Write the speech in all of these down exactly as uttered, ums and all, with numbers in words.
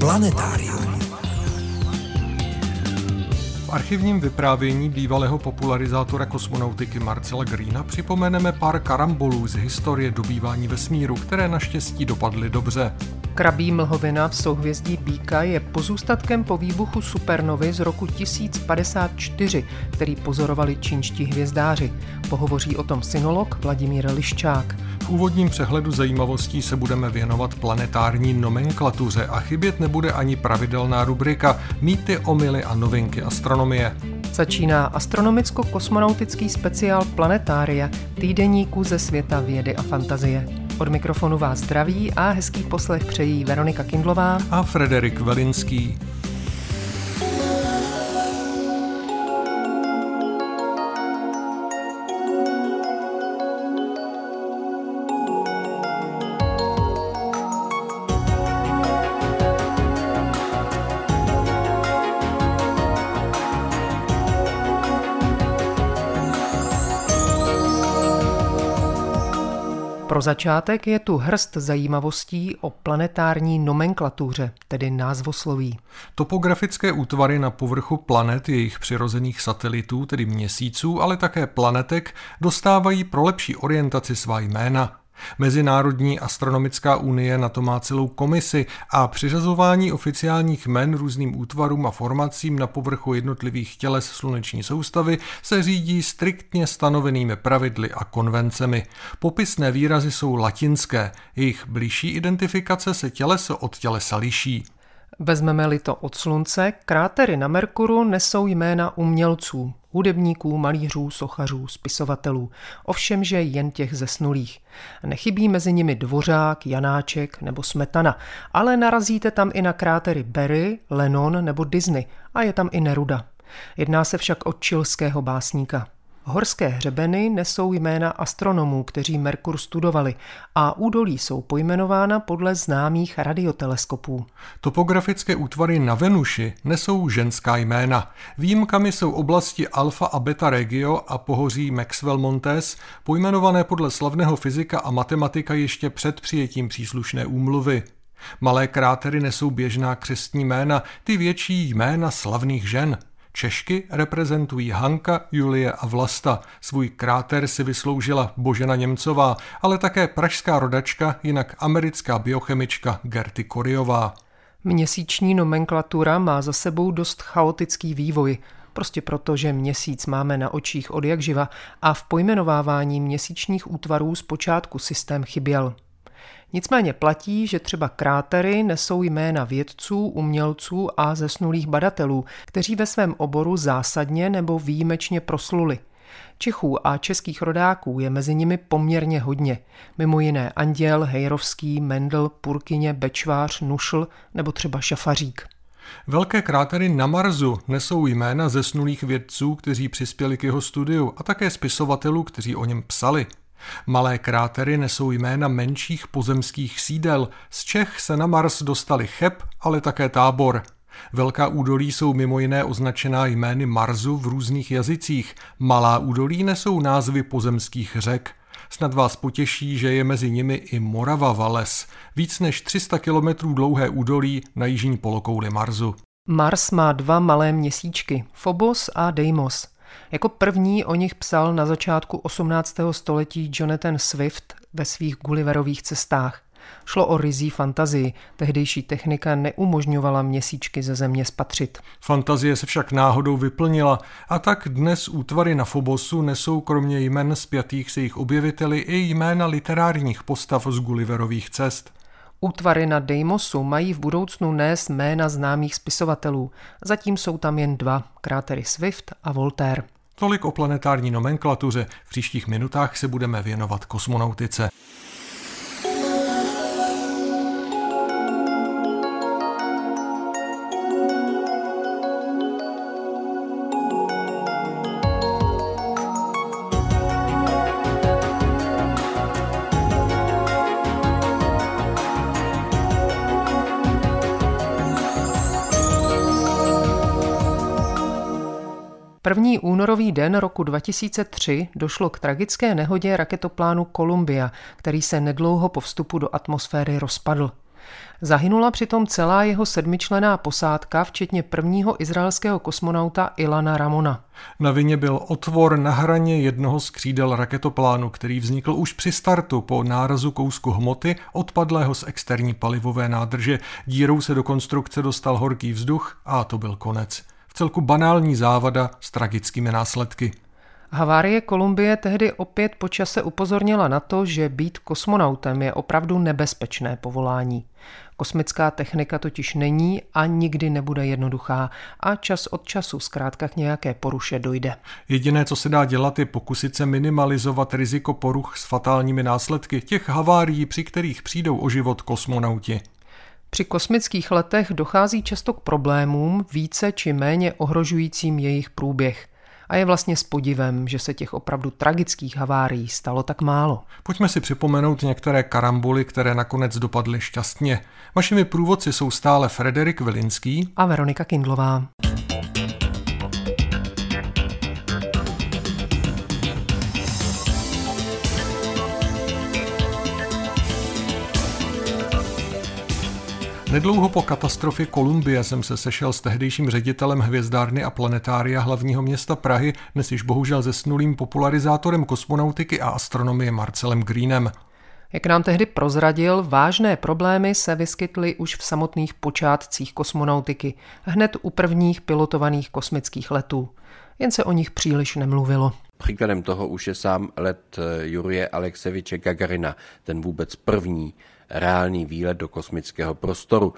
Planetárium. V archivním vyprávění bývalého popularizátora kosmonautiky Marcela Greena připomeneme pár karambolů z historie dobývání vesmíru, které naštěstí dopadly dobře. Krabí mlhovina v souhvězdí Býka je pozůstatkem po výbuchu supernovy z roku tisíc padesát čtyři, který pozorovali čínští hvězdáři. Pohovoří o tom synolog Vladimír Liščák. V úvodním přehledu zajímavostí se budeme věnovat planetární nomenklatuře a chybět nebude ani pravidelná rubrika Mýty, omyly a novinky astronomie. Začíná astronomicko-kosmonautický speciál Planetária, týdeníku ze světa vědy a fantazie. Od mikrofonu vás zdraví a hezký poslech přejí Veronika Kindlová a Frederik Velinský. Pro začátek je tu hrst zajímavostí o planetární nomenklatuře, tedy názvosloví. Topografické útvary na povrchu planet, jejich přirozených satelitů, tedy měsíců, ale také planetek, dostávají pro lepší orientaci svá jména. Mezinárodní astronomická unie na to má celou komisi a přiřazování oficiálních jmen různým útvarům a formacím na povrchu jednotlivých těles sluneční soustavy se řídí striktně stanovenými pravidly a konvencemi. Popisné výrazy jsou latinské, jejich bližší identifikace se těleso od tělesa liší. Vezmeme-li to od Slunce, krátery na Merkuru nesou jména umělců, hudebníků, malířů, sochařů, spisovatelů, ovšemže jen těch zesnulých. Nechybí mezi nimi Dvořák, Janáček nebo Smetana, ale narazíte tam i na krátery Berry, Lennon nebo Disney a je tam i Neruda. Jedná se však o chilského básníka. Horské hřebeny nesou jména astronomů, kteří Merkur studovali, a údolí jsou pojmenována podle známých radioteleskopů. Topografické útvary na Venuši nesou ženská jména. Výjimkami jsou oblasti Alfa a Beta Regio a pohoří Maxwell Montes, pojmenované podle slavného fyzika a matematika ještě před přijetím příslušné úmluvy. Malé krátery nesou běžná křestní jména, ty větší jména slavných žen. Češky reprezentují Hanka, Julie a Vlasta. Svůj kráter si vysloužila Božena Němcová, ale také pražská rodačka, jinak americká biochemička Gerty Koryová. Měsíční nomenklatura má za sebou dost chaotický vývoj, prostě proto, že měsíc máme na očích odjakživa a v pojmenovávání měsíčních útvarů zpočátku systém chyběl. Nicméně platí, že třeba krátery nesou jména vědců, umělců a zesnulých badatelů, kteří ve svém oboru zásadně nebo výjimečně prosluli. Čechů a českých rodáků je mezi nimi poměrně hodně. Mimo jiné Anděl, Hejrovský, Mendel, Purkyně, Bečvář, Nušl nebo třeba Šafařík. Velké krátery na Marsu nesou jména zesnulých vědců, kteří přispěli k jeho studiu, a také spisovatelů, kteří o něm psali. Malé krátery nesou jména menších pozemských sídel. Z Čech se na Mars dostali Cheb, ale také Tábor. Velká údolí jsou mimo jiné označená jmény Marsu v různých jazycích. Malá údolí nesou názvy pozemských řek. Snad vás potěší, že je mezi nimi i Morava Vales, víc než tři sta kilometrů dlouhé údolí na jižní polokouli Marsu. Mars má dva malé měsíčky, Phobos a Deimos. Jako první o nich psal na začátku osmnáctého století Jonathan Swift ve svých Gulliverových cestách. Šlo o ryzí fantazii, tehdejší technika neumožňovala měsíčky ze Země spatřit. Fantazie se však náhodou vyplnila a tak dnes útvary na Phobosu nesou kromě jmen spjatých se jejich objeviteli i jména literárních postav z Gulliverových cest. Útvary na Deimosu mají v budoucnu nést jména známých spisovatelů. Zatím jsou tam jen dva, krátery Swift a Voltaire. Tolik o planetární nomenklatuře. V příštích minutách se budeme věnovat kosmonautice. První únorový den roku dva tisíce tři došlo k tragické nehodě raketoplánu Columbia, který se nedlouho po vstupu do atmosféry rozpadl. Zahynula přitom celá jeho sedmičlenná posádka, včetně prvního izraelského kosmonauta Ilana Ramona. Na vině byl otvor na hraně jednoho z křídel raketoplánu, který vznikl už při startu po nárazu kousku hmoty odpadlého z externí palivové nádrže. Dírou se do konstrukce dostal horký vzduch a to byl konec. Vcelku banální závada s tragickými následky. Havárie Columbie tehdy opět po čase upozornila na to, že být kosmonautem je opravdu nebezpečné povolání. Kosmická technika totiž není a nikdy nebude jednoduchá a čas od času zkrátka k nějaké poruše dojde. Jediné, co se dá dělat, je pokusit se minimalizovat riziko poruch s fatálními následky těch havárií, při kterých přijdou o život kosmonauti. Při kosmických letech dochází často k problémům více či méně ohrožujícím jejich průběh. A je vlastně s podivem, že se těch opravdu tragických havárií stalo tak málo. Pojďme si připomenout některé karamboly, které nakonec dopadly šťastně. Vašimi průvodci jsou stále Frederik Vilinský a Veronika Kindlová. Nedlouho po katastrofě Columbie jsem se sešel s tehdejším ředitelem hvězdárny a planetária hlavního města Prahy, dnes již bohužel zesnulým popularizátorem kosmonautiky a astronomie Marcelem Greenem. Jak nám tehdy prozradil, vážné problémy se vyskytly už v samotných počátcích kosmonautiky, hned u prvních pilotovaných kosmických letů. Jen se o nich příliš nemluvilo. Příkladem toho už je sám let Jurije Alexejeviče Gagarina, ten vůbec první reálný výlet do kosmického prostoru,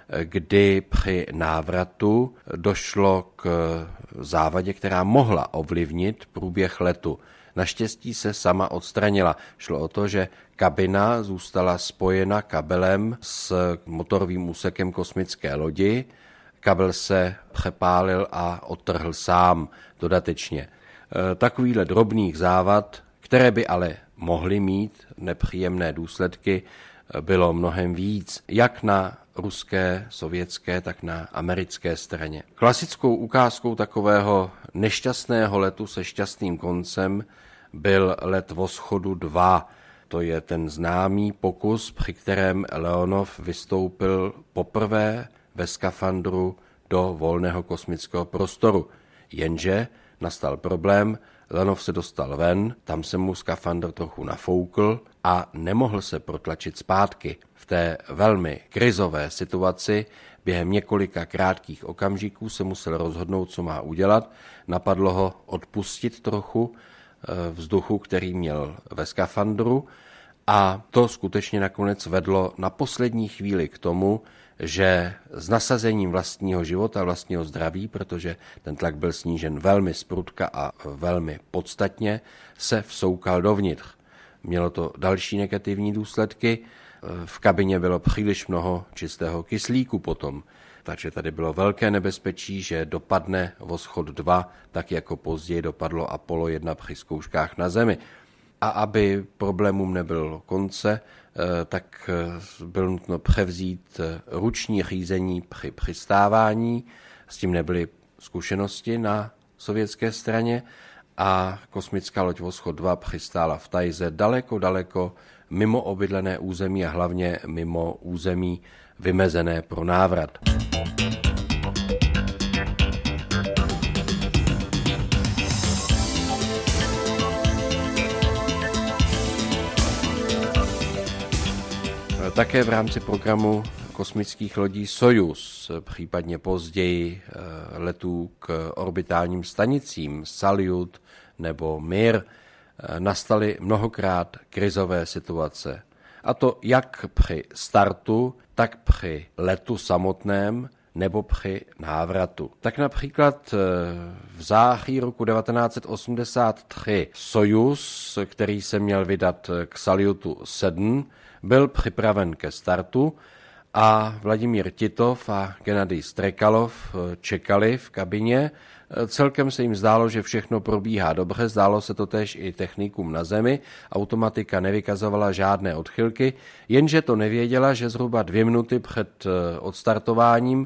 kdy při návratu došlo k závadě, která mohla ovlivnit průběh letu. Naštěstí se sama odstranila. Šlo o to, že kabina zůstala spojena kabelem s motorovým úsekem kosmické lodi. Kabel se přepálil a odtrhl sám dodatečně. Takovýhle drobných závad, které by ale mohly mít nepříjemné důsledky, bylo mnohem víc, jak na ruské, sovětské, tak na americké straně. Klasickou ukázkou takového nešťastného letu se šťastným koncem byl let Voschodu dva. To je ten známý pokus, při kterém Leonov vystoupil poprvé ve skafandru do volného kosmického prostoru. Jenže nastal problém, Leonov se dostal ven, tam se mu skafandr trochu nafoukl a nemohl se protlačit zpátky. V té velmi krizové situaci během několika krátkých okamžiků se musel rozhodnout, co má udělat. Napadlo ho odpustit trochu vzduchu, který měl ve skafandru, a to skutečně nakonec vedlo na poslední chvíli k tomu, že s nasazením vlastního života, vlastního zdraví, protože ten tlak byl snížen velmi zprudka a velmi podstatně, se vsoukal dovnitř. Mělo to další negativní důsledky. V kabině bylo příliš mnoho čistého kyslíku potom, takže tady bylo velké nebezpečí, že dopadne Voschod dva, tak jako později dopadlo Apollo jedna při zkouškách na Zemi. A aby problémům nebylo konce, tak bylo nutno převzít ruční řízení při přistávání. S tím nebyly zkušenosti na sovětské straně a kosmická loď Voschod dva přistála v Tajze daleko, daleko mimo obydlené území a hlavně mimo území vymezené pro návrat. Také v rámci programu kosmických lodí Sojuz, případně později letů k orbitálním stanicím Saljut nebo Mir, nastaly mnohokrát krizové situace. A to jak při startu, tak při letu samotném nebo při návratu. Tak například v září roku devatenáct set osmdesát tři Sojuz, který se měl vydat k Saljutu sedm, byl připraven ke startu a Vladimír Titov a Gennadij Strekalov čekali v kabině. Celkem se jim zdálo, že všechno probíhá dobře, zdálo se to též i technikům na Zemi, automatika nevykazovala žádné odchylky, jenže to nevěděla, že zhruba dvě minuty před odstartováním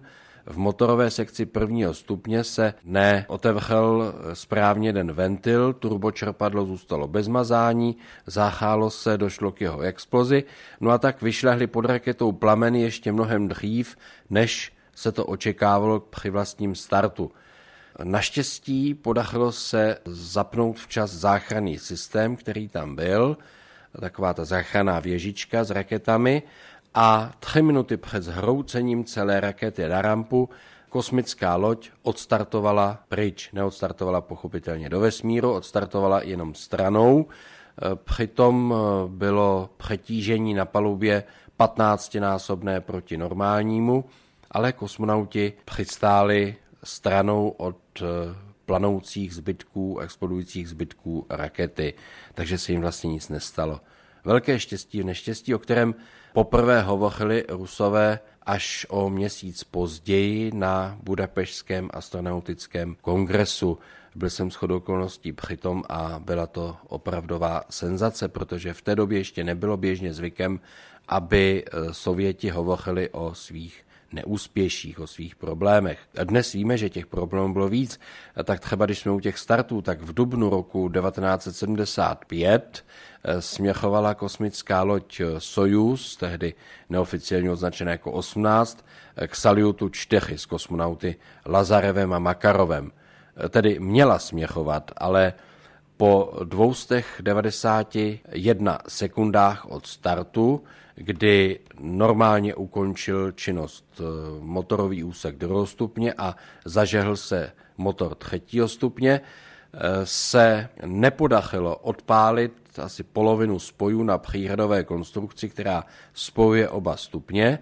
v motorové sekci prvního stupně se neotevřel správně jeden ventil, turbočerpadlo zůstalo bez mazání, záchálo se, došlo k jeho explozi, no a tak vyšlehly pod raketou plameny ještě mnohem dřív, než se to očekávalo při vlastním startu. Naštěstí podařilo se zapnout včas záchranný systém, který tam byl, taková ta záchranná věžička s raketami, a tři minuty před zhroucením celé rakety na rampu kosmická loď odstartovala pryč. Neodstartovala pochopitelně do vesmíru, odstartovala jenom stranou. Přitom bylo přetížení na palubě patnáctinásobné proti normálnímu, ale kosmonauti přistáli stranou od planoucích zbytků, explodujících zbytků rakety, takže se jim vlastně nic nestalo. Velké štěstí v neštěstí, o kterém poprvé hovořili Rusové až o měsíc později na Budapešťském astronautickém kongresu. Byl jsem shodou okolností přitom a byla to opravdová senzace, protože v té době ještě nebylo běžně zvykem, aby Sověti hovořili o svých neúspěších, o svých problémech. A dnes víme, že těch problémů bylo víc, tak třeba když jsme u těch startů, tak v dubnu roku devatenáct set sedmdesát pět směřovala kosmická loď Sojuz, tehdy neoficiálně označená jako osmnáct, k Salyutu čtyři s kosmonauty Lazarevem a Makarovem. Tedy měla směřovat, ale po dvě stě devadesát jedna sekundách od startu, kdy normálně ukončil činnost motorový úsek druhého stupně a zažehl se motor třetího stupně, se nepodařilo odpálit asi polovinu spojů na příhradové konstrukci, která spojuje oba stupně,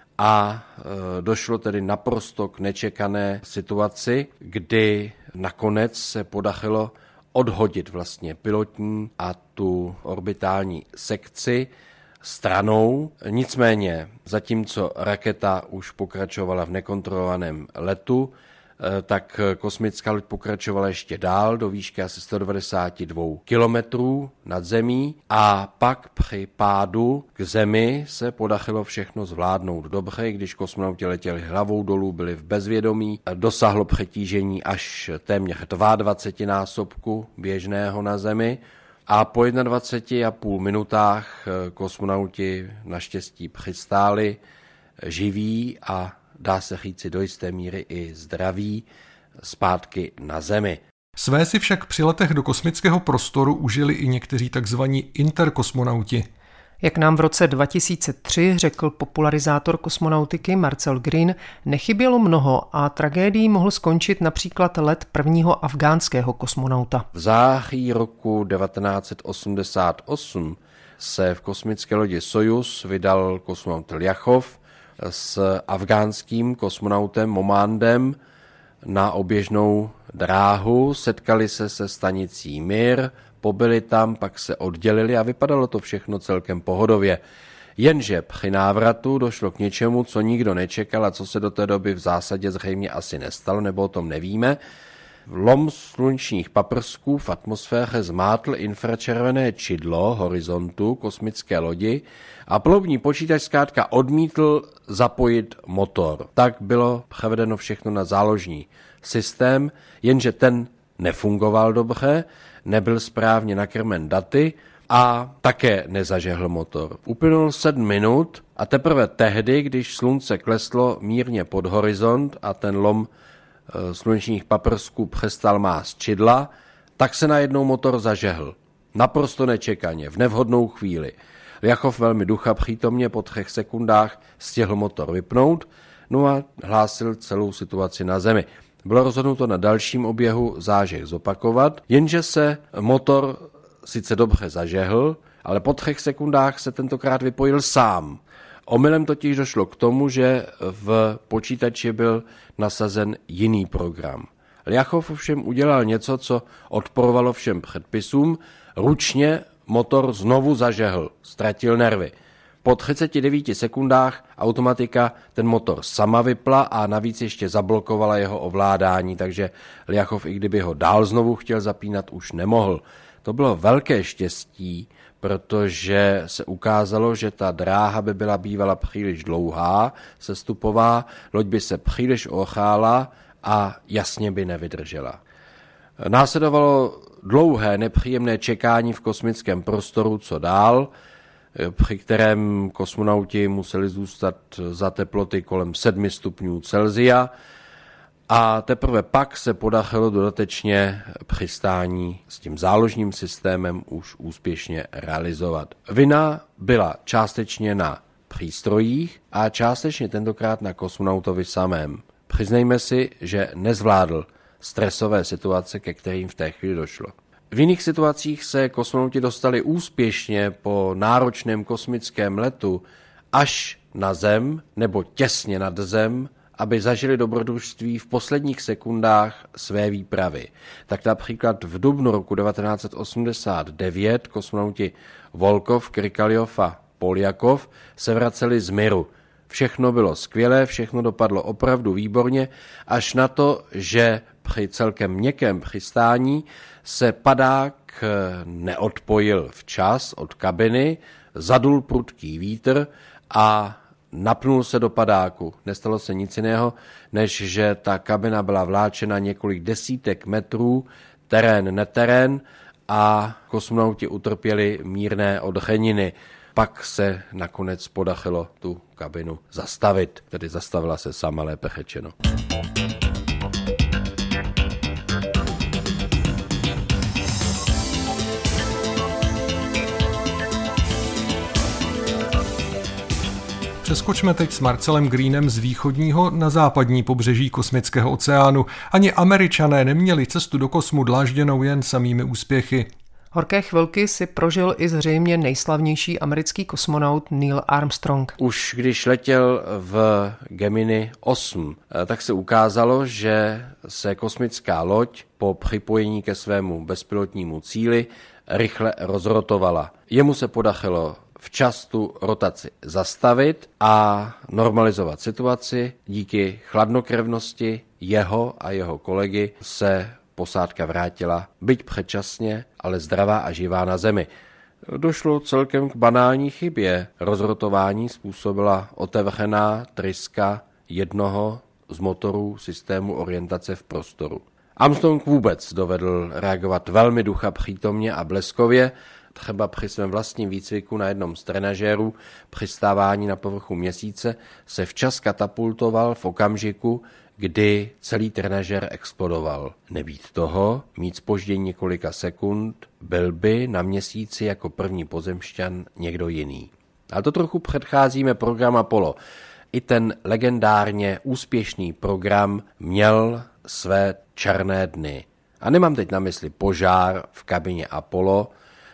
a došlo tedy naprosto k nečekané situaci, kdy nakonec se podařilo odhodit vlastně pilotní a tu orbitální sekci stranou. Nicméně, zatímco raketa už pokračovala v nekontrolovaném letu, tak kosmická loď pokračovala ještě dál do výšky asi sto devadesát dva kilometrů nad zemí a pak při pádu k zemi se podařilo všechno zvládnout dobře, když kosmonauti letěli hlavou dolů, byli v bezvědomí, dosáhlo přetížení až téměř dvacetinásobku běžného na zemi a po dvaceti jedna a půl minutách kosmonauti naštěstí přistáli živí a dá se říci do jisté míry i zdraví zpátky na Zemi. Své si však při letech do kosmického prostoru užili i někteří takzvaní interkosmonauti. Jak nám v roce dva tisíce tři řekl popularizátor kosmonautiky Marcel Green, nechybělo mnoho a tragédií mohl skončit například let prvního afghánského kosmonauta. V září roku devatenáct set osmdesát osm se v kosmické lodi Sojuz vydal kosmonaut Ljakhov s afghánským kosmonautem Momandem na oběžnou dráhu, setkali se se stanicí Mir, pobyli tam, pak se oddělili a vypadalo to všechno celkem pohodově. Jenže při návratu došlo k něčemu, co nikdo nečekal a co se do té doby v zásadě zřejmě asi nestalo, nebo o tom nevíme. Lom slunečních paprsků v atmosféře zmátl infračervené čidlo horizontu kosmické lodi a palubní počítač zkrátka odmítl zapojit motor. Tak bylo převedeno všechno na záložní systém, jenže ten nefungoval dobře, nebyl správně nakrmen daty a také nezažehl motor. Uplynul sedm minut a teprve tehdy, když slunce kleslo mírně pod horizont a ten lom slunečních paprsků přestal mást čidla, tak se najednou motor zažehl. Naprosto nečekaně, v nevhodnou chvíli. Ljakhov velmi ducha přítomně po třech sekundách stihl motor vypnout, no a hlásil celou situaci na Zemi. Bylo rozhodnuto na dalším oběhu zážeh zopakovat, jenže se motor sice dobře zažehl, ale po třech sekundách se tentokrát vypojil sám. Omylem totiž došlo k tomu, že v počítači byl nasazen jiný program. Ljakhov ovšem udělal něco, co odporovalo všem předpisům. Ručně motor znovu zažehl, ztratil nervy. Po třiceti devíti sekundách automatika ten motor sama vypla a navíc ještě zablokovala jeho ovládání, takže Ljakhov, i kdyby ho dál znovu chtěl zapínat, už nemohl. To bylo velké štěstí, protože se ukázalo, že ta dráha by byla bývala příliš dlouhá, sestupová, loď by se příliš ochála a jasně by nevydržela. Následovalo dlouhé nepříjemné čekání v kosmickém prostoru, co dál, při kterém kosmonauti museli zůstat za teploty kolem sedmi stupňů Celsia a teprve pak se podařilo dodatečně přistání s tím záložním systémem už úspěšně realizovat. Vina byla částečně na přístrojích a částečně tentokrát na kosmonautovi samém. Přiznejme si, že nezvládl stresové situace, ke kterým v té chvíli došlo. V jiných situacích se kosmonauti dostali úspěšně po náročném kosmickém letu až na Zem nebo těsně nad Zem, aby zažili dobrodružství v posledních sekundách své výpravy. Tak například v dubnu roku devatenáct set osmdesát devět kosmonauti Volkov, Krikaljov a Poljakov se vraceli z Miru. Všechno bylo skvělé, všechno dopadlo opravdu výborně, až na to, že při celkem měkkém přistání se padák neodpojil včas od kabiny, zadul prudký vítr a napnul se do padáku. Nestalo se nic jiného, než že ta kabina byla vláčena několik desítek metrů, terén, neterén, a kosmonauti utrpěli mírné odřeniny. Pak se nakonec podařilo tu kabinu zastavit, tedy zastavila se sama, lépe řečeno. Přeskočme teď s Marcelem Greenem z východního na západní pobřeží kosmického oceánu. Ani Američané neměli cestu do kosmu dlážděnou jen samými úspěchy. Horké chvilky si prožil i zřejmě nejslavnější americký kosmonaut Neil Armstrong. Už když letěl v Gemini osm, tak se ukázalo, že se kosmická loď po připojení ke svému bezpilotnímu cíli rychle rozrotovala. Jemu se podařilo včas tu rotaci zastavit a normalizovat situaci. Díky chladnokrevnosti jeho a jeho kolegy se posádka vrátila, byť předčasně, ale zdravá a živá na Zemi. Došlo celkem k banální chybě. Rozrotování způsobila otevřená tryska jednoho z motorů systému orientace v prostoru. Armstrong vůbec dovedl reagovat velmi ducha přítomně a bleskově, třeba při svém vlastním výcviku na jednom z trenažérů přistávání na povrchu Měsíce se včas katapultoval v okamžiku, kdy celý trenažér explodoval. Nebýt toho, mít zpoždění několika sekund, byl by na Měsíci jako první pozemšťan někdo jiný. Ale to trochu předcházíme program Apollo. I ten legendárně úspěšný program měl své černé dny. A nemám teď na mysli požár v kabině Apollo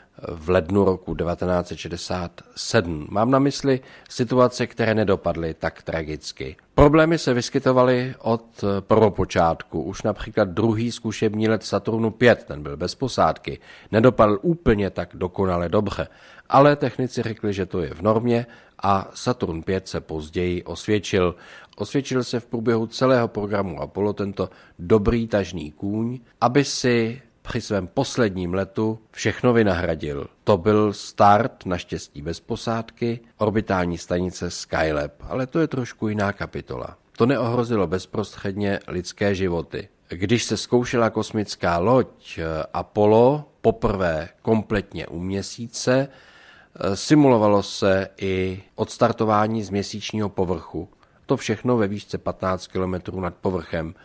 v lednu roku devatenáct set šedesát sedm. Mám na mysli situace, které nedopadly tak tragicky. Problémy se vyskytovaly od prvopočátku. Už například druhý zkušební let Saturnu pět, ten byl bez posádky, nedopadl úplně tak dokonale dobře. Ale technici řekli, že to je v normě a Saturn pět se později osvědčil. Osvědčil se v průběhu celého programu Apollo tento dobrý tažný kůň, aby si při svém posledním letu všechno vynahradil. To byl start, naštěstí bez posádky, orbitální stanice Skylab, ale to je trošku jiná kapitola. To neohrozilo bezprostředně lidské životy. Když se zkoušela kosmická loď Apollo poprvé kompletně u Měsíce, simulovalo se i odstartování z měsíčního povrchu. To všechno ve výšce patnáct kilometrů nad povrchem.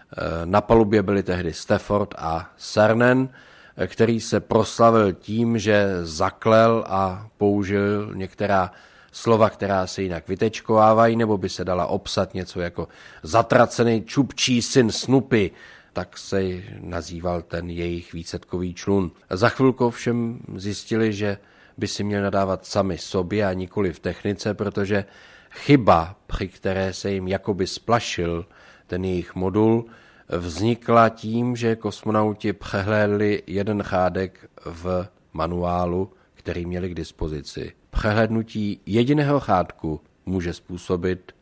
Na palubě byli tehdy Stafford a Cernan, který se proslavil tím, že zaklel a použil některá slova, která se jinak vytečkovávají, nebo by se dala obsat něco jako zatracený čupčí syn Snoopy, tak se nazýval ten jejich výsadkový člun. Za chvilku všem zjistili, že by si měli nadávat sami sobě a nikoli v technice, protože chyba, při které se jim jakoby splašil ten jejich modul, vznikla tím, že kosmonauti přehlédli jeden řádek v manuálu, který měli k dispozici. Přehlédnutí jediného řádku může způsobit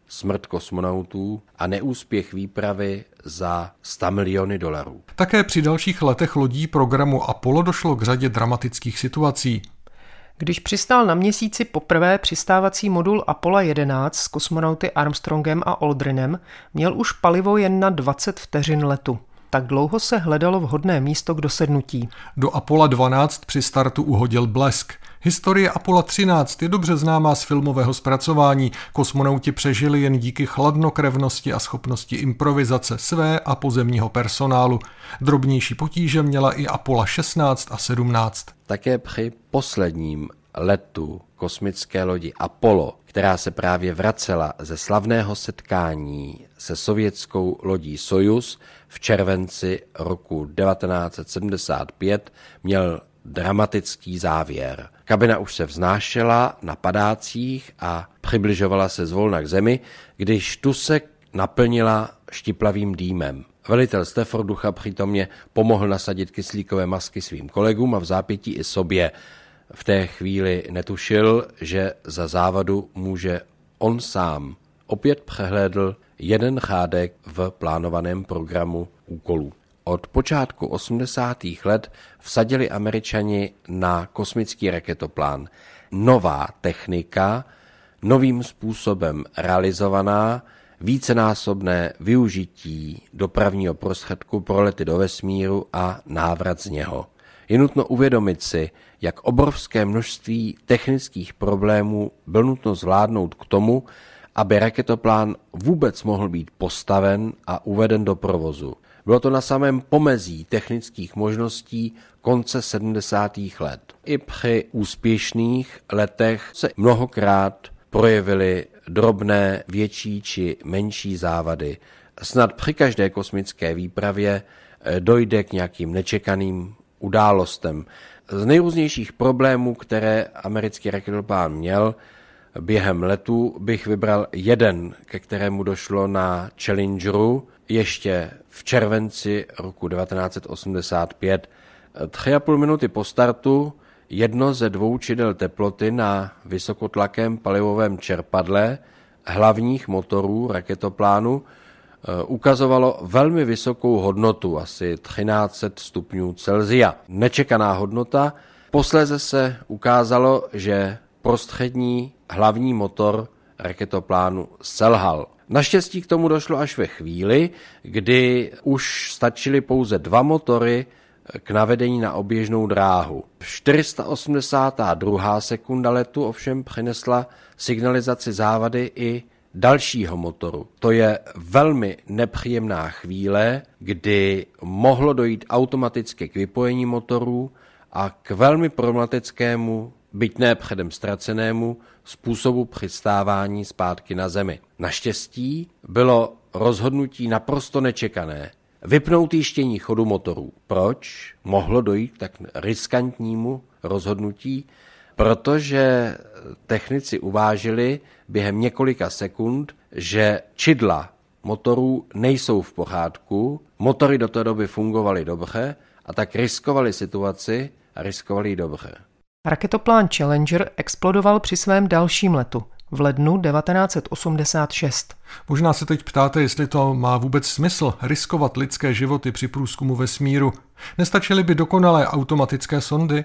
smrt kosmonautů a neúspěch výpravy za sto miliony dolarů. Také při dalších letech lodí programu Apollo došlo k řadě dramatických situací. Když přistál na měsíci poprvé přistávací modul Apollo jedenáct s kosmonauty Armstrongem a Aldrinem, měl už palivo jen na dvacet vteřin letu. Tak dlouho se hledalo vhodné místo k dosednutí. Do Apollo dvanáct při startu uhodil blesk. Historie Apollo třináct je dobře známá z filmového zpracování. Kosmonauti přežili jen díky chladnokrevnosti a schopnosti improvizace své a pozemního personálu. Drobnější potíže měla i Apollo šestnáct a sedmnáct. Také při posledním letu kosmické lodi Apollo, která se právě vracela ze slavného setkání se sovětskou lodí Sojuz v červenci roku devatenáct set sedmdesát pět, měl dramatický závěr. Kabina už se vznášela na padácích a přibližovala se zvolna k zemi, když tu se naplnila štiplavým dýmem. Velitel Stafforducha přítomně pomohl nasadit kyslíkové masky svým kolegům a v zápětí i sobě. V té chvíli netušil, že za závadu může on sám. Opět přehlédl jeden řádek v plánovaném programu úkolů. Od počátku osmdesátých let vsadili Američani na kosmický raketoplán. Nová technika, novým způsobem realizovaná, vícenásobné využití dopravního prostředku pro lety do vesmíru a návrat z něho. Je nutno uvědomit si, jak obrovské množství technických problémů byl nutno zvládnout k tomu, aby raketoplán vůbec mohl být postaven a uveden do provozu. Bylo to na samém pomezí technických možností konce sedmdesátých let. I při úspěšných letech se mnohokrát projevily drobné, větší či menší závady. Snad při každé kosmické výpravě dojde k nějakým nečekaným událostem. Z nejrůznějších problémů, které americký raketoplán měl, během letu bych vybral jeden, ke kterému došlo na Challengeru ještě v červenci roku devatenáct set osmdesát pět. Tři a půl minuty po startu jedno ze dvou čidel teploty na vysokotlakém palivovém čerpadle hlavních motorů raketoplánu ukazovalo velmi vysokou hodnotu, asi třináct set stupňů Celsia. Nečekaná hodnota. Posléze se ukázalo, že prostřední hlavní motor raketoplánu selhal. Naštěstí k tomu došlo až ve chvíli, kdy už stačily pouze dva motory k navedení na oběžnou dráhu. čtyři sta osmdesátá druhá sekunda letu ovšem přinesla signalizaci závady i dalšího motoru. To je velmi nepříjemná chvíle, kdy mohlo dojít automaticky k vypojení motorů a k velmi problematickému, byť ne předem ztracenému, způsobu přistávání zpátky na Zemi. Naštěstí bylo rozhodnutí naprosto nečekané. Vypnout jištění chodu motorů. Proč mohlo dojít k tak riskantnímu rozhodnutí? Protože technici uvážili během několika sekund, že čidla motorů nejsou v pořádku, motory do té doby fungovaly dobře a tak riskovali situaci a riskovali ji dobře. Raketoplán Challenger explodoval při svém dalším letu v lednu devatenáct set osmdesát šest. Možná se teď ptáte, jestli to má vůbec smysl riskovat lidské životy při průzkumu vesmíru. Nestačily by dokonalé automatické sondy?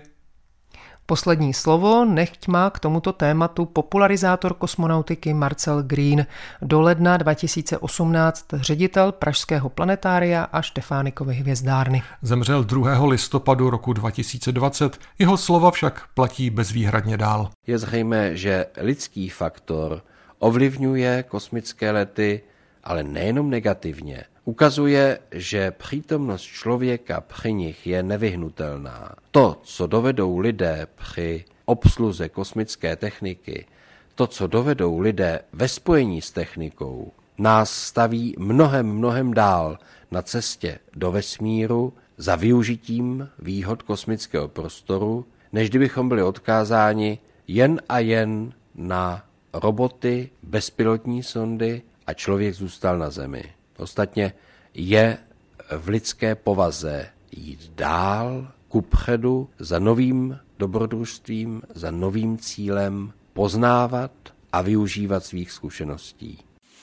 Poslední slovo nechť má k tomuto tématu popularizátor kosmonautiky Marcel Green, do ledna dva tisíce osmnáct ředitel Pražského planetária a Štefánikovy hvězdárny. Zemřel druhého listopadu roku dva tisíce dvacet, jeho slova však platí bezvýhradně dál. Je zřejmé, že lidský faktor ovlivňuje kosmické lety, ale nejenom negativně. Ukazuje, že přítomnost člověka při nich je nevyhnutelná. To, co dovedou lidé při obsluze kosmické techniky, to, co dovedou lidé ve spojení s technikou, nás staví mnohem, mnohem dál na cestě do vesmíru za využitím výhod kosmického prostoru, než kdybychom byli odkázáni jen a jen na roboty, bezpilotní sondy a člověk zůstal na Zemi. Ostatně je v lidské povaze jít dál, kupředu, za novým dobrodružstvím, za novým cílem, poznávat a využívat svých zkušeností.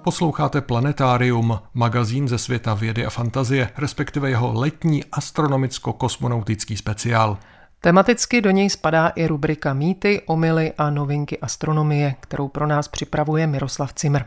Posloucháte Planetárium, magazín ze světa vědy a fantazie, respektive jeho letní astronomicko-kosmonautický speciál. Tematicky do něj spadá i rubrika Mýty, omyly a novinky astronomie, kterou pro nás připravuje Miroslav Cimr.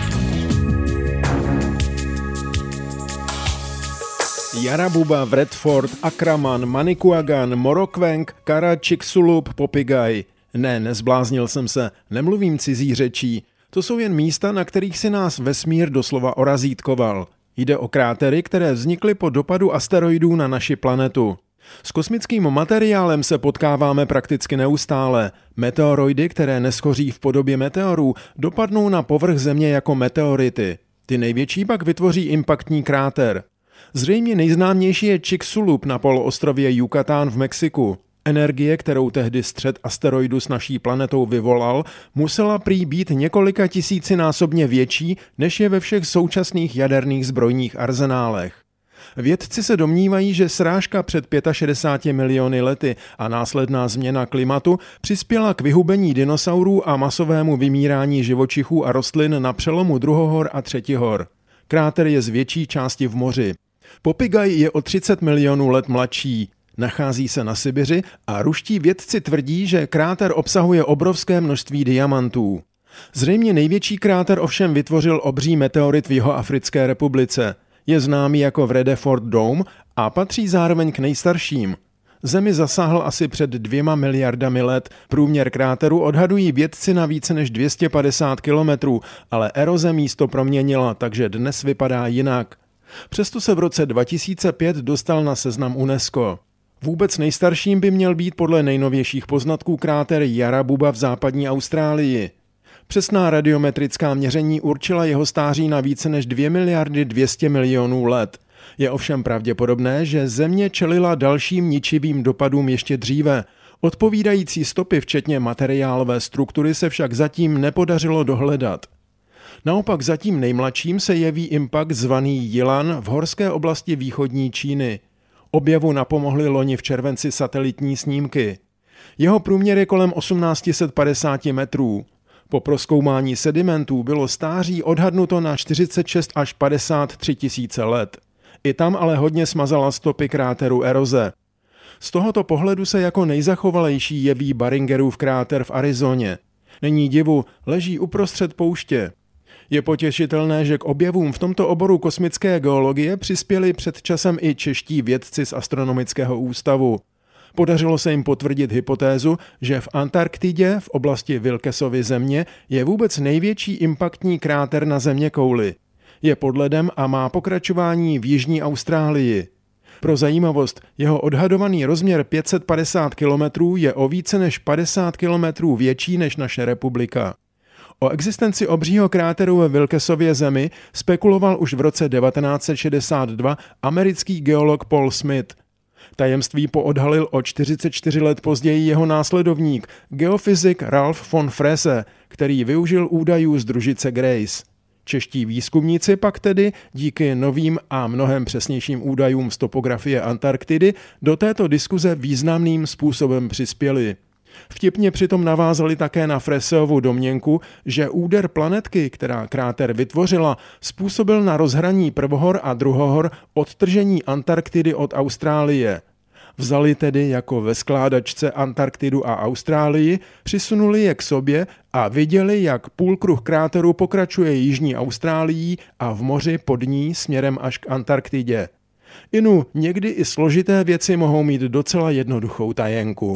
Yarabuba, Vredford, Akraman, Manicouagan, Morocqueng, Kara, Chicxulub, Popigai. Ne, nezbláznil jsem se, nemluvím cizí řečí. To jsou jen místa, na kterých si nás vesmír doslova orazítkoval. Jde o krátery, které vznikly po dopadu asteroidů na naši planetu. S kosmickým materiálem se potkáváme prakticky neustále. Meteoroidy, které neschoří v podobě meteorů, dopadnou na povrch Země jako meteority. Ty největší pak vytvoří impaktní kráter. Zřejmě nejznámější je Chicxulub na poloostrově Yucatán v Mexiku. Energie, kterou tehdy střet asteroidu s naší planetou vyvolal, musela prý být několika tisícinásobně větší, než je ve všech současných jaderných zbrojních arzenálech. Vědci se domnívají, že srážka před šedesáti pěti miliony lety a následná změna klimatu přispěla k vyhubení dinosaurů a masovému vymírání živočichů a rostlin na přelomu druhohor a třetihor. Kráter je z větší části v moři. Popigai je o třicet milionů let mladší. Nachází se na Sibiři a ruští vědci tvrdí, že kráter obsahuje obrovské množství diamantů. Zřejmě největší kráter ovšem vytvořil obří meteorit v Jihoafrické republice. Je známý jako Vredefort Dome a patří zároveň k nejstarším. Zemi zasáhl asi před dvěma miliardami let. Průměr kráteru odhadují vědci na více než dvě stě padesát kilometrů, ale eroze místo proměnila, takže dnes vypadá jinak. Přesto se v roce dva tisíce pět dostal na seznam UNESCO. Vůbec nejstarším by měl být podle nejnovějších poznatků kráter Yarabuba v západní Austrálii. Přesná radiometrická měření určila jeho stáří na více než dvě miliardy dvě stě milionů let. Je ovšem pravděpodobné, že Země čelila dalším ničivým dopadům ještě dříve. Odpovídající stopy včetně materiálové struktury se však zatím nepodařilo dohledat. Naopak zatím nejmladším se jeví impakt zvaný Yilan v horské oblasti východní Číny. Objevu napomohly loni v červenci satelitní snímky. Jeho průměr je kolem osmnáct set padesát metrů. Po prozkoumání sedimentů bylo stáří odhadnuto na čtyřicet šest až padesát tři tisíce let. I tam ale hodně smazala stopy kráteru eroze. Z tohoto pohledu se jako nejzachovalejší jeví Baringerův kráter v Arizoně. Není divu, leží uprostřed pouště. Je potěšitelné, že k objevům v tomto oboru kosmické geologie přispěli před časem i čeští vědci z Astronomického ústavu. Podařilo se jim potvrdit hypotézu, že v Antarktidě, v oblasti Wilkesovy země, je vůbec největší impaktní kráter na zeměkouli. Je pod ledem a má pokračování v jižní Austrálii. Pro zajímavost, jeho odhadovaný rozměr pět set padesát kilometrů je o více než padesát kilometrů větší než naše republika. O existenci obřího kráteru ve Wilkesově zemi spekuloval už v roce devatenáct set šedesát dva americký geolog Paul Smith. Tajemství poodhalil o čtyřicet čtyři let později jeho následovník, geofyzik Ralph von Frese, který využil údajů z družice Grace. Čeští výzkumníci pak tedy díky novým a mnohem přesnějším údajům z topografie Antarktidy do této diskuze významným způsobem přispěli. Vtipně přitom navázali také na Freseovu domněnku, že úder planetky, která kráter vytvořila, způsobil na rozhraní prvohor a druhohor odtržení Antarktidy od Austrálie. Vzali tedy jako ve skládačce Antarktidu a Austrálii, přisunuli je k sobě a viděli, jak půlkruh kráteru pokračuje jižní Austrálií a v moři pod ní směrem až k Antarktidě. Inu, někdy i složité věci mohou mít docela jednoduchou tajenku.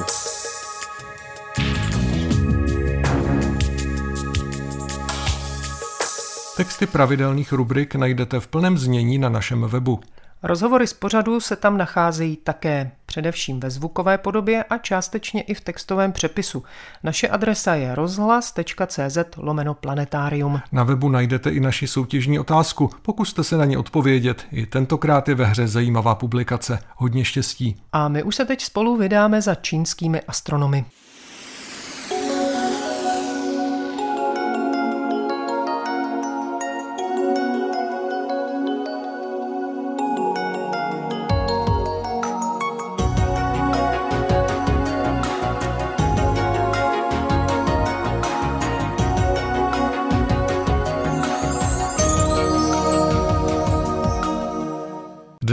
Texty pravidelných rubrik najdete v plném znění na našem webu. Rozhovory z pořadu se tam nacházejí také, především ve zvukové podobě a částečně i v textovém přepisu. Naše adresa je rozhlas.cz lomeno planetárium. Na webu najdete i naši soutěžní otázku. Pokuste se na ní odpovědět. I tentokrát je ve hře zajímavá publikace. Hodně štěstí. A my už se teď spolu vydáme za čínskými astronomy.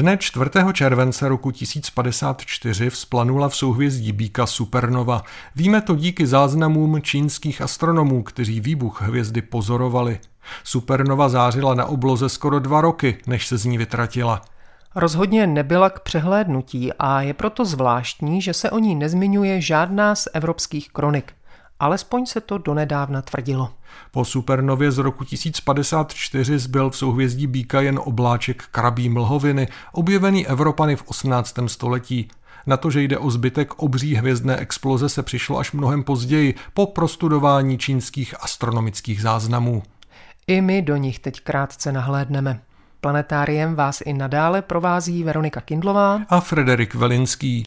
Dne čtvrtého července roku tisíc padesát čtyři vzplanula v souhvězdí Býka supernova. Víme to díky záznamům čínských astronomů, kteří výbuch hvězdy pozorovali. Supernova zářila na obloze skoro dva roky, než se z ní vytratila. Rozhodně nebyla k přehlédnutí a je proto zvláštní, že se o ní nezmiňuje žádná z evropských kronik. Alespoň se to donedávna tvrdilo. Po supernově z roku tisíc padesát čtyři zbyl v souhvězdí Býka jen obláček krabí mlhoviny, objevený Evropany v osmnáctém století. Na to, že jde o zbytek obří hvězdné exploze, se přišlo až mnohem později, po prostudování čínských astronomických záznamů. I my do nich teď krátce nahlédneme. Planetáriem vás i nadále provází Veronika Kindlová a Frederik Velinský.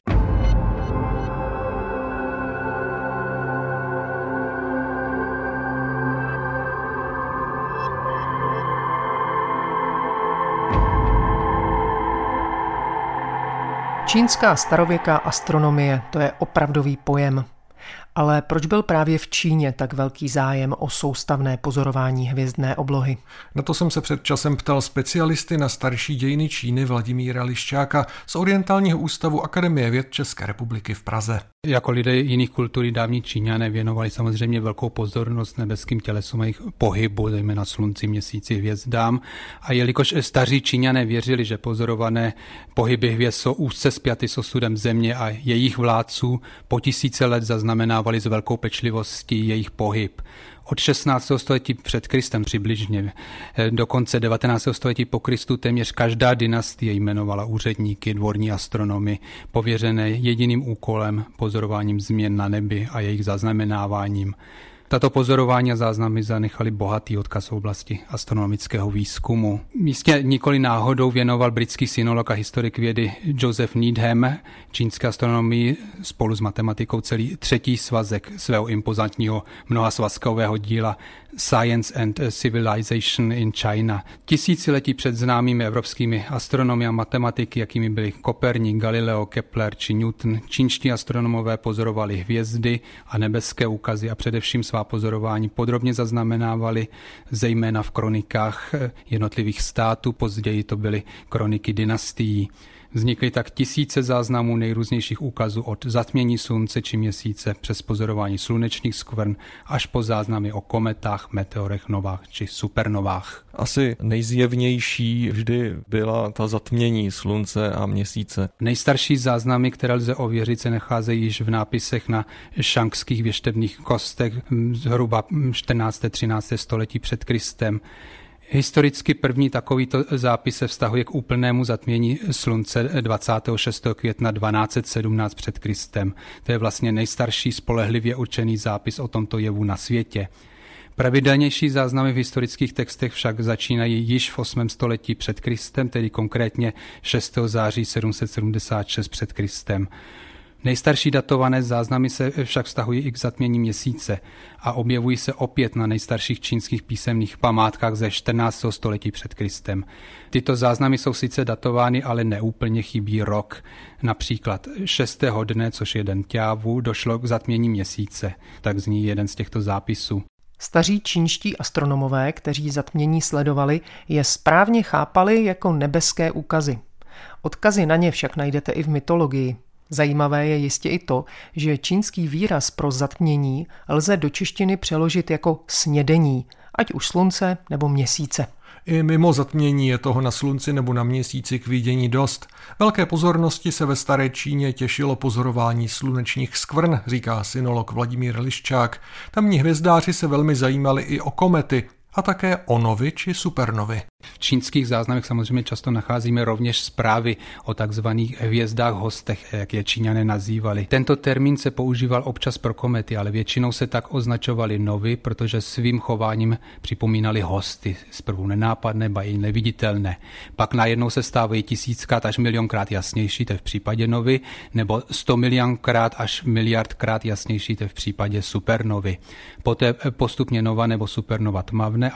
Čínská starověká astronomie, to je opravdový pojem. Ale proč byl právě v Číně tak velký zájem o soustavné pozorování hvězdné oblohy? Na to jsem se před časem ptal specialisty na starší dějiny Číny Vladimíra Liščáka z Orientálního ústavu Akademie věd České republiky v Praze. Jako lidé jiných kultur dávní Číňané věnovali samozřejmě velkou pozornost nebeským tělesům a jejich pohybu, zejména slunci, měsíci, hvězdám. A jelikož staří Číňané věřili, že pozorované pohyby hvězd jsou úzce spjaty s osudem země a jejich vládců, po tisíce let zaznamenávali s velkou pečlivostí jejich pohyb. Od šestnáctého století před Kristem přibližně do konce devatenáctého století po Kristu téměř každá dynastie jmenovala úředníky, dvorní astronomy, pověřené jediným úkolem pozorováním změn na nebi a jejich zaznamenáváním. Tato pozorování a záznamy zanechaly bohatý odkaz v oblasti astronomického výzkumu. Místně nikoli náhodou věnoval britský synolog a historik vědy Joseph Needham čínské astronomii spolu s matematikou celý třetí svazek svého impozantního mnohasvazkového díla Science and Civilization in China. Tisíciletí před známými evropskými astronomy a matematiky, jakými byli Koperník, Galileo, Kepler či Newton, čínští astronomové pozorovali hvězdy a nebeské úkazy a především svá pozorování podrobně zaznamenávali, zejména v kronikách jednotlivých států, později to byly kroniky dynastií. Vznikly tak tisíce záznamů nejrůznějších úkazů od zatmění slunce či měsíce přes pozorování slunečních skvrn až po záznamy o kometách, meteorech, novách či supernovách. Asi nejzjevnější vždy byla ta zatmění slunce a měsíce. Nejstarší záznamy, které lze ověřit, se nacházejí již v nápisech na šankských věštebných kostech zhruba čtrnácté třinácté století před Kristem. Historicky první takovýto zápis se vztahuje k úplnému zatmění slunce dvacátého šestého května dvanáct set sedmnáct před Kristem. To je vlastně nejstarší spolehlivě určený zápis o tomto jevu na světě. Pravidelnější záznamy v historických textech však začínají již v osmém století před Kristem, tedy konkrétně šestého září sedm set sedmdesát šest před Kristem. Nejstarší datované záznamy se však vztahují i k zatmění měsíce a objevují se opět na nejstarších čínských písemných památkách ze čtrnáctého století před Kristem. Tyto záznamy jsou sice datovány, ale neúplně chybí rok. Například šestého dne, což je den Ťávu, došlo k zatmění měsíce. Tak zní jeden z těchto zápisů. Staří čínští astronomové, kteří zatmění sledovali, je správně chápali jako nebeské úkazy. Odkazy na ně však najdete i v mytologii. Zajímavé je jistě i to, že čínský výraz pro zatmění lze do češtiny přeložit jako snědení, ať už slunce nebo měsíce. I mimo zatmění je toho na slunci nebo na měsíci k vidění dost. Velké pozornosti se ve staré Číně těšilo pozorování slunečních skvrn, říká synolog Vladimír Liščák. Tamní hvězdáři se velmi zajímali i o komety a také o novy či supernovy. V čínských záznamech samozřejmě často nacházíme rovněž zprávy o takzvaných hvězdách hostech, jak je Číňané nazývali. Tento termín se používal občas pro komety, ale většinou se tak označovaly novy, protože svým chováním připomínali hosty, zprvu nenápadné, ba i neviditelné. Pak najednou se stávají tisíckrát až milionkrát jasnější, to je v případě novy, nebo sto milionkrát až miliardkrát jasnější, to je v případě supernovy. Poté postupně nova nebo supernova tmavne, až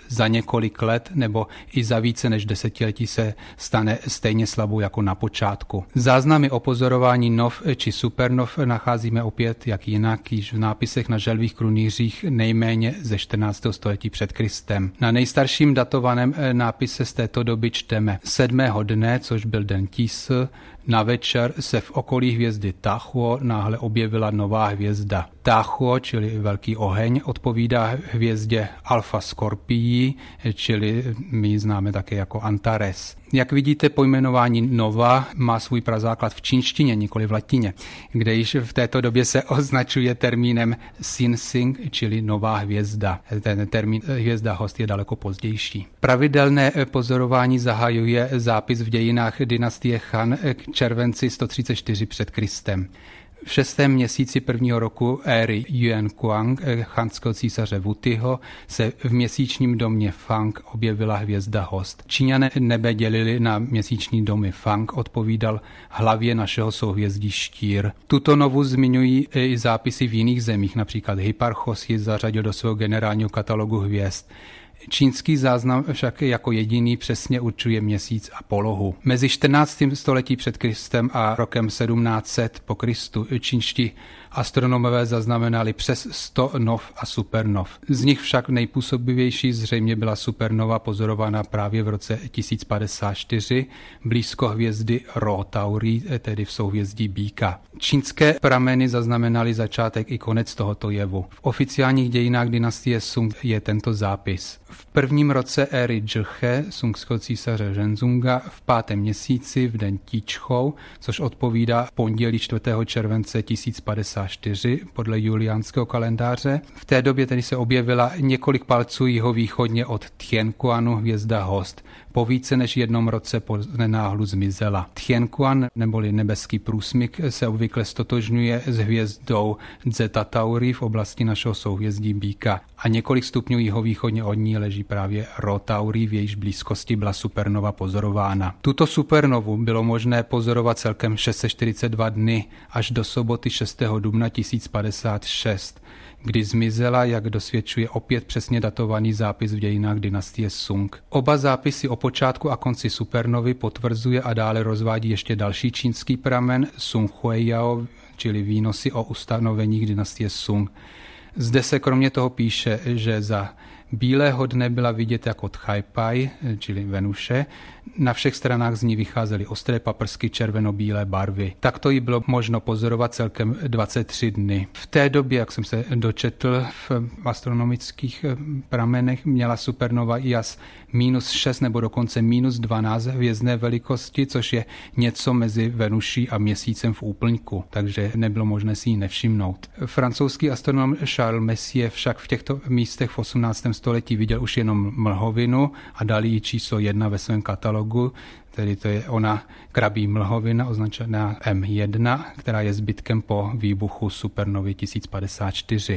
za několik let nebo i za více než desetiletí se stane stejně slabou jako na počátku. Záznamy o pozorování nov či supernov nacházíme opět, jak jinak, již v nápisech na želvých krunýřích nejméně ze čtrnáctého století před Kristem. Na nejstarším datovaném nápise z této doby čteme: sedmého dne, což byl den Tísl, na večer se v okolí hvězdy Tachuo náhle objevila nová hvězda. Tachuo, čili velký oheň, odpovídá hvězdě Alpha Scorpii, čili my ji známe také jako Antares. Jak vidíte, pojmenování nova má svůj prazáklad v čínštině, nikoli v latině, kde již v této době se označuje termínem Sinsing, čili nová hvězda. Ten termín hvězda host je daleko pozdější. Pravidelné pozorování zahajuje zápis v dějinách dynastie Han k červenci sto třicet čtyři před Kristem. V šestém měsíci prvního roku éry Yuan Kuang, chanského císaře Wutyho, se v měsíčním domě Fang objevila hvězda host. Číňané nebe dělili na měsíční domy. Fang odpovídal hlavě našeho souhvězdí Štír. Tuto novu zmiňují i zápisy v jiných zemích, například Hipparchos ji zařadil do svého generálního katalogu hvězd. Čínský záznam však jako jediný přesně určuje měsíc a polohu. Mezi čtrnáctým století před Kristem a rokem sedmnáct set po Kristu čínští astronomové zaznamenali přes sto nov a supernov. Z nich však nejpůsobivější zřejmě byla supernova pozorovaná právě v roce tisíc padesát čtyři blízko hvězdy Rho Tauri, tedy v souhvězdí Býka. Čínské prameny zaznamenaly začátek i konec tohoto jevu. V oficiálních dějinách dynastie Sung je tento zápis. V prvním roce éry Zhihe, sungského císaře Zhenzunga, v pátém měsíci v den Tíčchou, což odpovídá pondělí čtvrtého července tisíc padesát čtyři podle juliánského kalendáře. V té době tedy se objevila několik palců jihovýchodně od Tianquanu hvězda host. Po více než jednom roce po nenáhlu zmizela. Tianquan neboli nebeský průsmyk se obvykle stotožňuje s hvězdou Zeta Tauri v oblasti našeho souhvězdí Býka a několik stupňů jihovýchodně od ní leží právě Rho Tauri, v jejíž blízkosti byla supernova pozorována. Tuto supernovu bylo možné pozorovat celkem šest set čtyřicet dva dny až do soboty šestého dubna tisíc padesát šest, kdy zmizela, jak dosvědčuje opět přesně datovaný zápis v dějinách dynastie Sung. Oba zápisy o počátku a konci supernovy potvrzuje a dále rozvádí ještě další čínský pramen Sung Huiyao, čili výnosy o ustanoveních dynastie Sung. Zde se kromě toho píše, že za bílého dne byla vidět jako Tchajpai, čili Venuše. Na všech stranách z ní vycházely ostré paprsky červeno-bílé barvy. Takto ji bylo možno pozorovat celkem dvacet tři dny. V té době, jak jsem se dočetl v astronomických pramenech, měla supernova jas minus šest nebo dokonce minus dvanáct hvězdné velikosti, což je něco mezi Venuší a Měsícem v úplňku, takže nebylo možné si ji nevšimnout. Francouzský astronom Charles Messier však v těchto místech v osmnáctém století viděl už jenom mlhovinu a dal jí číslo jedna ve svém katalogu, tedy to je ona krabí mlhovina označená M jedna, která je zbytkem po výbuchu supernovy tisíc padesát čtyři.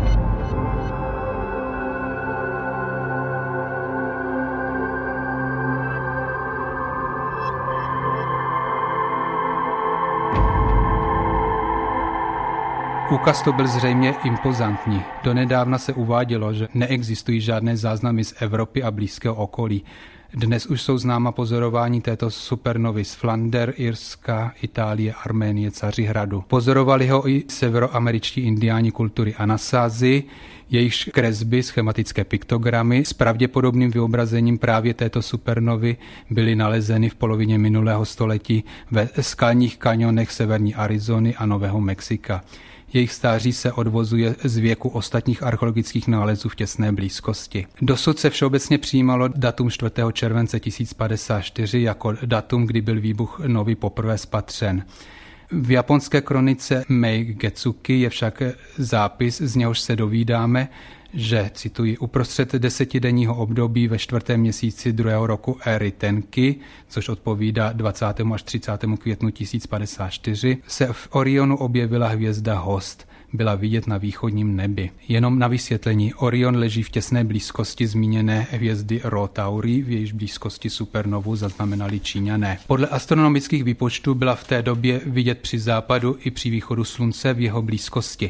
Úkaz to byl zřejmě impozantní. Donedávna se uvádělo, že neexistují žádné záznamy z Evropy a blízkého okolí. Dnes už jsou známa pozorování této supernovy z Flander, Irska, Itálie, Arménie, Cařihradu. Pozorovali ho i severoameričtí indiáni kultury Anasázy, jejichž kresby, schematické piktogramy s pravděpodobným vyobrazením právě této supernovy byly nalezeny v polovině minulého století ve skalních kanionech severní Arizony a Nového Mexika. Jejich stáří se odvozuje z věku ostatních archeologických nálezů v těsné blízkosti. Dosud se všeobecně přijímalo datum čtvrtého července tisíc padesát čtyři jako datum, kdy byl výbuch nový poprvé spatřen. V japonské kronice Meigetsuki je však zápis, z něhož se dovídáme, že, cituji, uprostřed desetidenního období ve čtvrtém měsíci druhého roku éry Tenki, což odpovídá dvacátého až třicátého květnu tisíc padesát čtyři, se v Orionu objevila hvězda Host. Byla vidět na východním nebi. Jenom na vysvětlení, Orion leží v těsné blízkosti zmíněné hvězdy Rho Tauri, v jejíž blízkosti supernovu zaznamenali Číňané. Podle astronomických výpočtů byla v té době vidět při západu i při východu slunce v jeho blízkosti.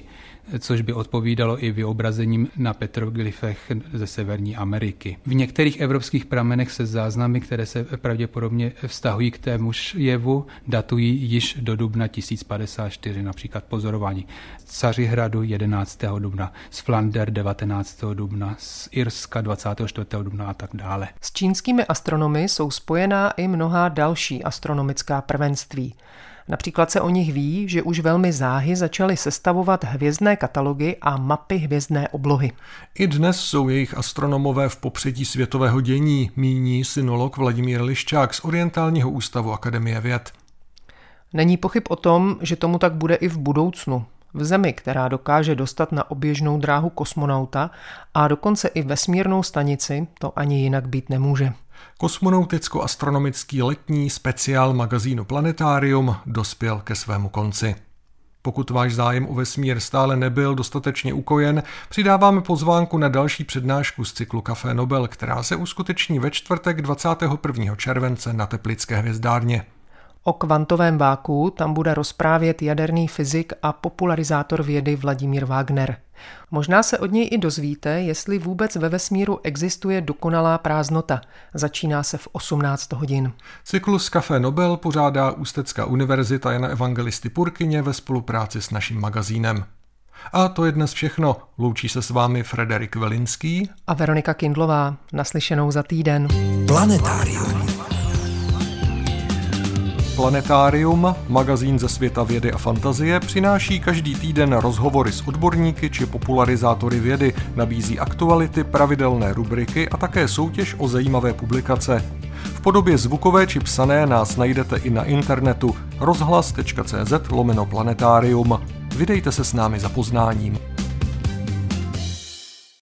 což by odpovídalo i vyobrazením na petroglyfech ze Severní Ameriky. V některých evropských pramenech se záznamy, které se pravděpodobně vztahují k témuž jevu, datují již do dubna tisíc padesát čtyři, například pozorování z Cařihradu jedenáctého dubna, z Flander devatenáctého dubna, z Irska dvacátého čtvrtého dubna a tak dále. S čínskými astronomy jsou spojená i mnohá další astronomická prvenství. Například se o nich ví, že už velmi záhy začaly sestavovat hvězdné katalogy a mapy hvězdné oblohy. I dnes jsou jejich astronomové v popředí světového dění, míní synolog Vladimír Liščák z Orientálního ústavu Akademie věd. Není pochyb o tom, že tomu tak bude i v budoucnu. V zemi, která dokáže dostat na oběžnou dráhu kosmonauta a dokonce i vesmírnou stanici, to ani jinak být nemůže. Kosmonauticko-astronomický letní speciál magazínu Planetarium dospěl ke svému konci. Pokud váš zájem o vesmír stále nebyl dostatečně ukojen, přidáváme pozvánku na další přednášku z cyklu Café Nobel, která se uskuteční ve čtvrtek dvacátého prvního července na Teplické hvězdárně. O kvantovém váku tam bude rozprávět jaderný fyzik a popularizátor vědy Vladimír Wagner. Možná se od něj i dozvíte, jestli vůbec ve vesmíru existuje dokonalá prázdnota. Začíná se v osmnáct hodin. Cyklus Café Nobel pořádá Ústecká univerzita Jana Evangelisty Purkyně ve spolupráci s naším magazínem. A to je dnes všechno. Loučí se s vámi Frederik Velinský a Veronika Kindlová. Naslyšenou za týden. Planetarium. Planetarium, magazín ze světa vědy a fantazie, přináší každý týden rozhovory s odborníky či popularizátory vědy, nabízí aktuality, pravidelné rubriky a také soutěž o zajímavé publikace. V podobě zvukové či psané nás najdete i na internetu rozhlas tečka cé zet lomeno planetarium. Vydejte se s námi za poznáním.